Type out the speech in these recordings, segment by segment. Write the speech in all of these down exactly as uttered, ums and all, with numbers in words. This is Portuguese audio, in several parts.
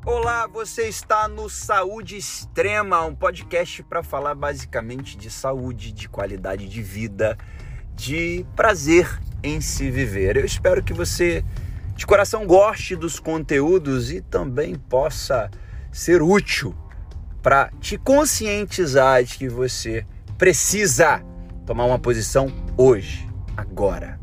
Olá, você está no Saúde Extrema, um podcast para falar basicamente de saúde, de qualidade de vida, de prazer em se viver. Eu espero que você, de coração, goste dos conteúdos e também possa ser útil para te conscientizar de que você precisa tomar uma posição hoje, agora.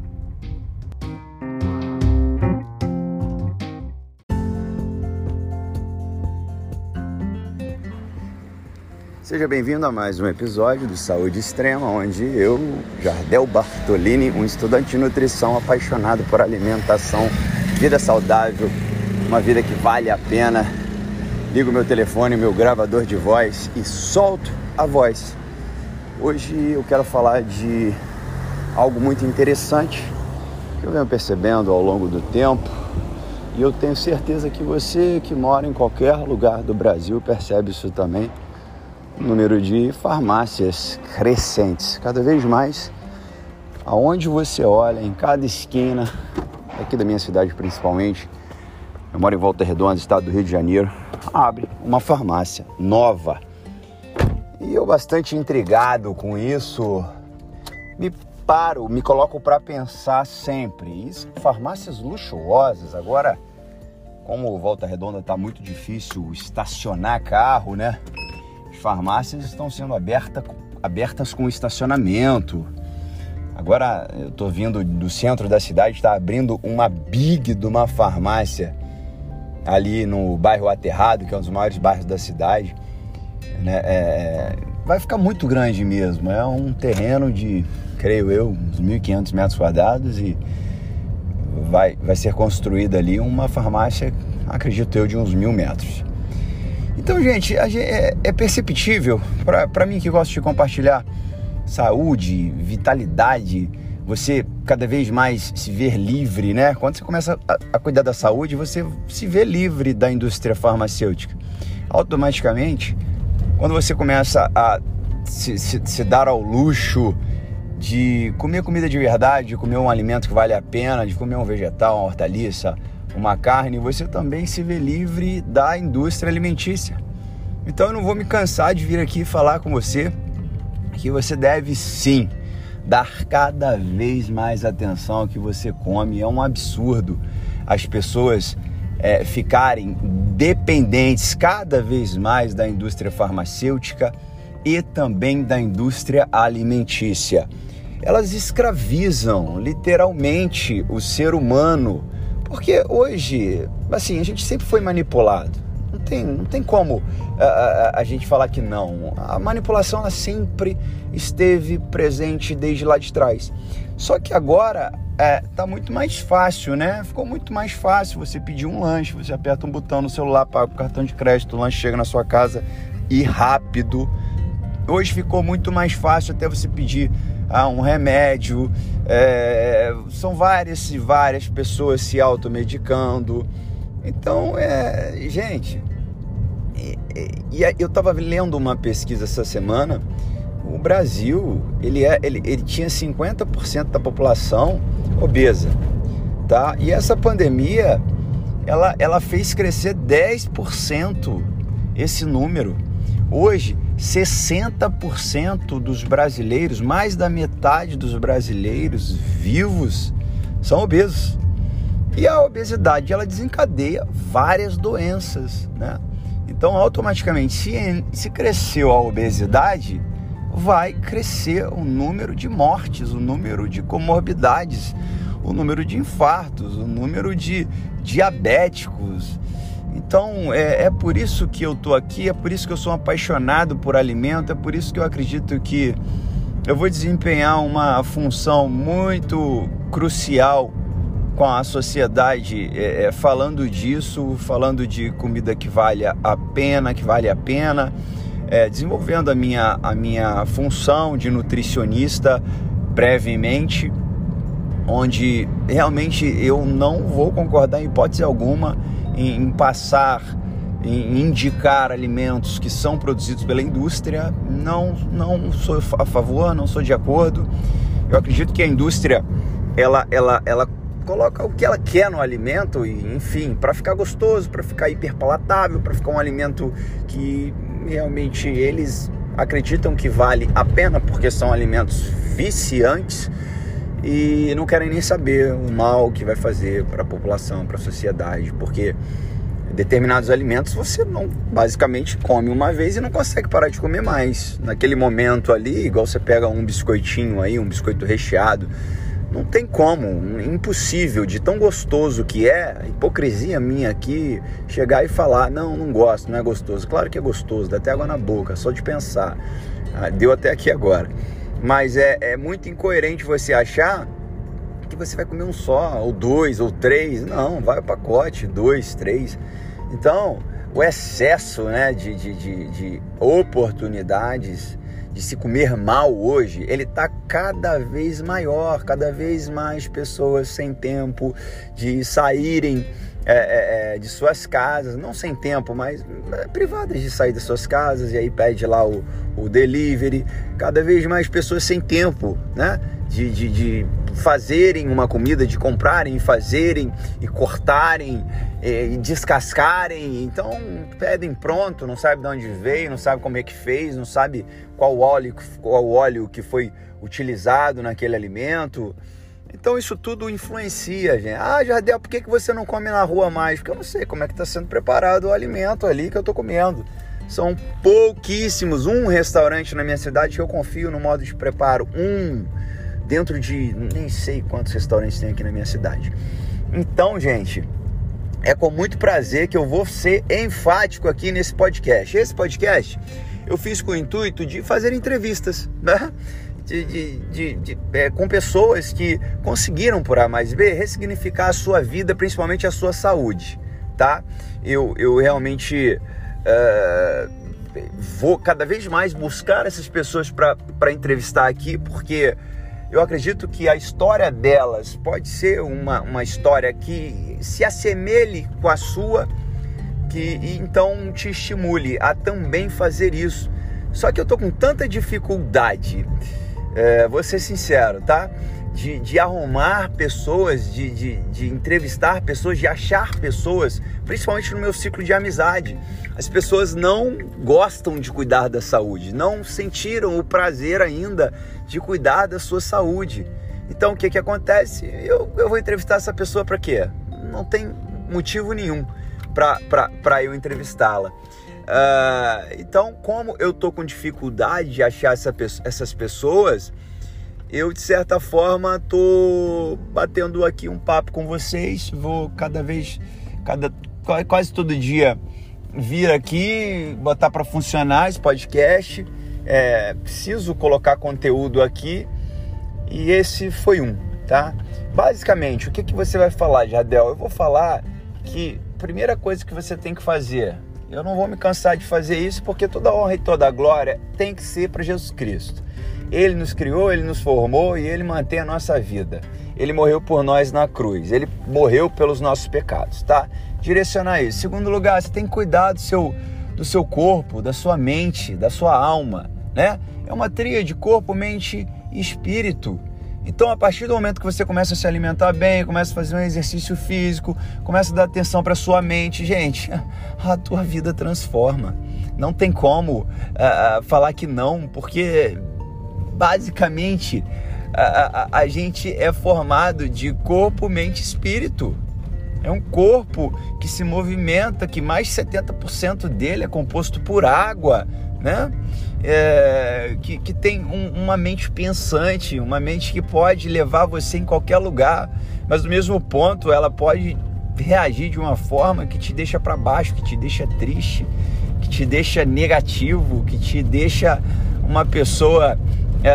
Seja bem-vindo a mais um episódio do Saúde Extrema, onde eu, Jardel Bartolini, um estudante de nutrição apaixonado por alimentação, vida saudável, uma vida que vale a pena, ligo meu telefone, meu gravador de voz e solto a voz. Hoje eu quero falar de algo muito interessante que eu venho percebendo ao longo do tempo e eu tenho certeza que você que mora em qualquer lugar do Brasil percebe isso também. O número de farmácias crescentes, cada vez mais, aonde você olha, em cada esquina, aqui da minha cidade principalmente, eu moro em Volta Redonda, estado do Rio de Janeiro, abre uma farmácia nova. E eu bastante intrigado com isso, me paro, me coloco para pensar sempre, isso, farmácias luxuosas, agora, como Volta Redonda está muito difícil estacionar carro, né? Farmácias estão sendo aberta, abertas com estacionamento. Agora eu estou vindo do centro da cidade, está abrindo uma big de uma farmácia ali no bairro Aterrado, que é um dos maiores bairros da cidade, né? É, vai ficar muito grande mesmo, é um terreno de, creio eu, uns mil e quinhentos metros quadrados e vai, vai ser construída ali uma farmácia, acredito eu, de uns mil metros. Então, gente, é, é perceptível, para mim que gosto de compartilhar saúde, vitalidade, você cada vez mais se ver livre, né? Quando você começa a, a cuidar da saúde, você se vê livre da indústria farmacêutica. Automaticamente, quando você começa a se, se, se dar ao luxo de comer comida de verdade, de comer um alimento que vale a pena, de comer um vegetal, uma hortaliça, uma carne, você também se vê livre da indústria alimentícia. Então eu não vou me cansar de vir aqui falar com você que você deve sim dar cada vez mais atenção ao que você come. É um absurdo as pessoas é, ficarem dependentes cada vez mais da indústria farmacêutica e também da indústria alimentícia. Elas escravizam literalmente o ser humano. Porque hoje, assim, a gente sempre foi manipulado. Não tem, não tem como a, a, a gente falar que não. A manipulação, ela sempre esteve presente desde lá de trás. Só que agora é, tá muito mais fácil, né? Ficou muito mais fácil você pedir um lanche, você aperta um botão no celular, paga o cartão de crédito, o lanche chega na sua casa e rápido. Hoje ficou muito mais fácil até você pedir ah, um remédio, é, são várias e várias pessoas se automedicando. Então, é, gente, e, e, e eu estava lendo uma pesquisa essa semana, o Brasil, ele, é, ele, ele tinha cinquenta por cento da população obesa, tá? E essa pandemia, ela, ela fez crescer dez por cento esse número. Hoje, sessenta por cento dos brasileiros, mais da metade dos brasileiros vivos são obesos. E a obesidade, ela desencadeia várias doenças, né? Então, automaticamente, se, se cresceu a obesidade, vai crescer o número de mortes, o número de comorbidades, o número de infartos, o número de diabéticos. Então, é, é por isso que eu estou aqui, é por isso que eu sou um apaixonado por alimento, é por isso que eu acredito que eu vou desempenhar uma função muito crucial com a sociedade, é, falando disso, falando de comida que vale a pena, que vale a pena, é, desenvolvendo a minha, a minha função de nutricionista brevemente, onde realmente eu não vou concordar em hipótese alguma em, em passar, em indicar alimentos que são produzidos pela indústria. Não, não sou a favor, não sou de acordo. Eu acredito que a indústria ela, ela, ela coloca o que ela quer no alimento, e, enfim, para ficar gostoso, para ficar hiperpalatável, para ficar um alimento que realmente eles acreditam que vale a pena, porque são alimentos viciantes, e não querem nem saber o mal que vai fazer para a população, para a sociedade, porque determinados alimentos você não, basicamente come uma vez e não consegue parar de comer mais. Naquele momento ali, igual você pega um biscoitinho aí, um biscoito recheado, não tem como, impossível, de tão gostoso que é, hipocrisia minha aqui, chegar e falar, não, não gosto, não é gostoso. Claro que é gostoso, dá até água na boca, só de pensar. Ah, deu até aqui agora. Mas é, é muito incoerente você achar que você vai comer um só, ou dois, ou três. Não, vai o pacote, dois, três. Então, o excesso, né, de, de, de, de oportunidades de se comer mal hoje, ele está cada vez maior, cada vez mais pessoas sem tempo de saírem é, é, de suas casas, não sem tempo, mas é, privadas de sair das suas casas, e aí pede lá o, o delivery, cada vez mais pessoas sem tempo, né? De, de, de fazerem uma comida, de comprarem e fazerem e cortarem e descascarem. Então pedem pronto, não sabe de onde veio, não sabe como é que fez, não sabe qual óleo, qual óleo que foi utilizado naquele alimento. Então isso tudo influencia, gente. Ah, Jardel, por que que você não come na rua mais? Porque eu não sei como é que está sendo preparado o alimento ali que eu estou comendo. São pouquíssimos, um restaurante na minha cidade que eu confio no modo de preparo, um dentro de nem sei quantos restaurantes tem aqui na minha cidade. Então, gente, é com muito prazer que eu vou ser enfático aqui nesse podcast. Esse podcast eu fiz com o intuito de fazer entrevistas, né? De, de, de, de, é, com pessoas que conseguiram, por A mais B, ressignificar a sua vida, principalmente a sua saúde, tá? Eu, eu realmente uh, vou cada vez mais buscar essas pessoas para entrevistar aqui, porque eu acredito que a história delas pode ser uma, uma história que se assemelhe com a sua, que então te estimule a também fazer isso. Só que eu tô com tanta dificuldade, é, vou ser sincero, tá? De, de arrumar pessoas, de, de, de entrevistar pessoas, de achar pessoas, principalmente no meu ciclo de amizade. As pessoas não gostam de cuidar da saúde, não sentiram o prazer ainda de cuidar da sua saúde. Então o que que acontece? Eu, eu vou entrevistar essa pessoa para quê? Não tem motivo nenhum para eu entrevistá-la. Uh, então, como eu tô com dificuldade de achar essa, essas pessoas, eu de certa forma tô batendo aqui um papo com vocês. Vou cada vez, cada, quase todo dia vir aqui, botar para funcionar esse podcast. É, preciso colocar conteúdo aqui, e esse foi um, tá? Basicamente, o que, que você vai falar, Jardel? Eu vou falar que a primeira coisa que você tem que fazer, eu não vou me cansar de fazer isso, porque toda honra e toda glória tem que ser para Jesus Cristo. Ele nos criou, Ele nos formou e Ele mantém a nossa vida. Ele morreu por nós na cruz, Ele morreu pelos nossos pecados, tá? Direcionar isso. Segundo lugar, você tem que cuidar do seu, do seu corpo, da sua mente, da sua alma, né? É uma tríade: corpo, mente e espírito. Então, a partir do momento que você começa a se alimentar bem, começa a fazer um exercício físico, começa a dar atenção para a sua mente, gente, a tua vida transforma. Não tem como uh, falar que não, porque basicamente a, a, a gente é formado de corpo, mente e espírito. É um corpo que se movimenta, que mais de setenta por cento dele é composto por água, né? É, que, que tem um, uma mente pensante, uma mente que pode levar você em qualquer lugar, mas no mesmo ponto ela pode reagir de uma forma que te deixa para baixo, que te deixa triste, que te deixa negativo, que te deixa uma pessoa é,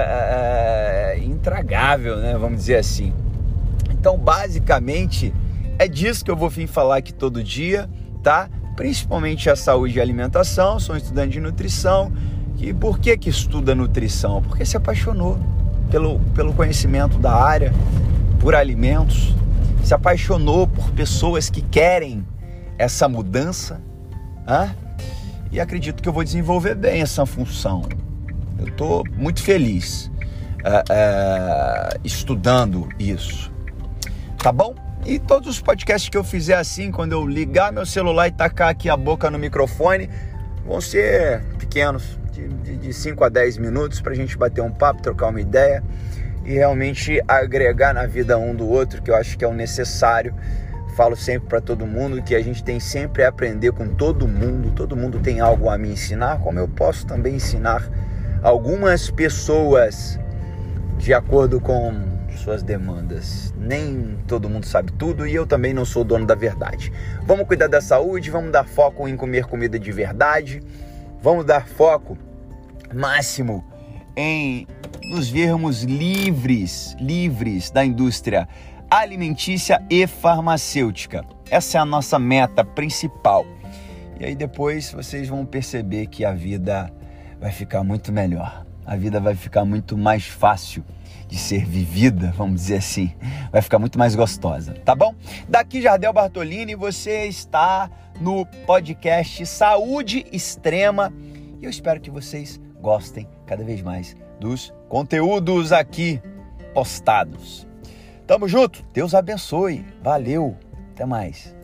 é, intragável, né? Vamos dizer assim. Então, basicamente, é disso que eu vou vir falar aqui todo dia, tá? Principalmente a saúde e a alimentação. Sou um estudante de nutrição. E por que que estuda nutrição? Porque se apaixonou pelo, pelo conhecimento da área, por alimentos, se apaixonou por pessoas que querem essa mudança, né? E acredito que eu vou desenvolver bem essa função. Eu estou muito feliz uh, uh, estudando isso. tá bom? E todos os podcasts que eu fizer assim, quando eu ligar meu celular e tacar aqui a boca no microfone, vão ser pequenos, de cinco a dez minutos, pra gente bater um papo, trocar uma ideia e realmente agregar na vida um do outro, que eu acho que é o necessário. Falo sempre para todo mundo que a gente tem sempre a aprender com todo mundo, todo mundo tem algo a me ensinar, como eu posso também ensinar algumas pessoas de acordo com suas demandas. Nem todo mundo sabe tudo e eu também não sou dono da verdade. Vamos cuidar da saúde, vamos dar foco em comer comida de verdade, vamos dar foco máximo em nos vermos livres, livres da indústria alimentícia e farmacêutica. Essa é a nossa meta principal. E aí depois vocês vão perceber que a vida vai ficar muito melhor. A vida vai ficar muito mais fácil de ser vivida, vamos dizer assim. Vai ficar muito mais gostosa, tá bom? Daqui Jardel Bartolini, você está no podcast Saúde Extrema. E eu espero que vocês gostem cada vez mais dos conteúdos aqui postados. Tamo junto, Deus abençoe, valeu, até mais.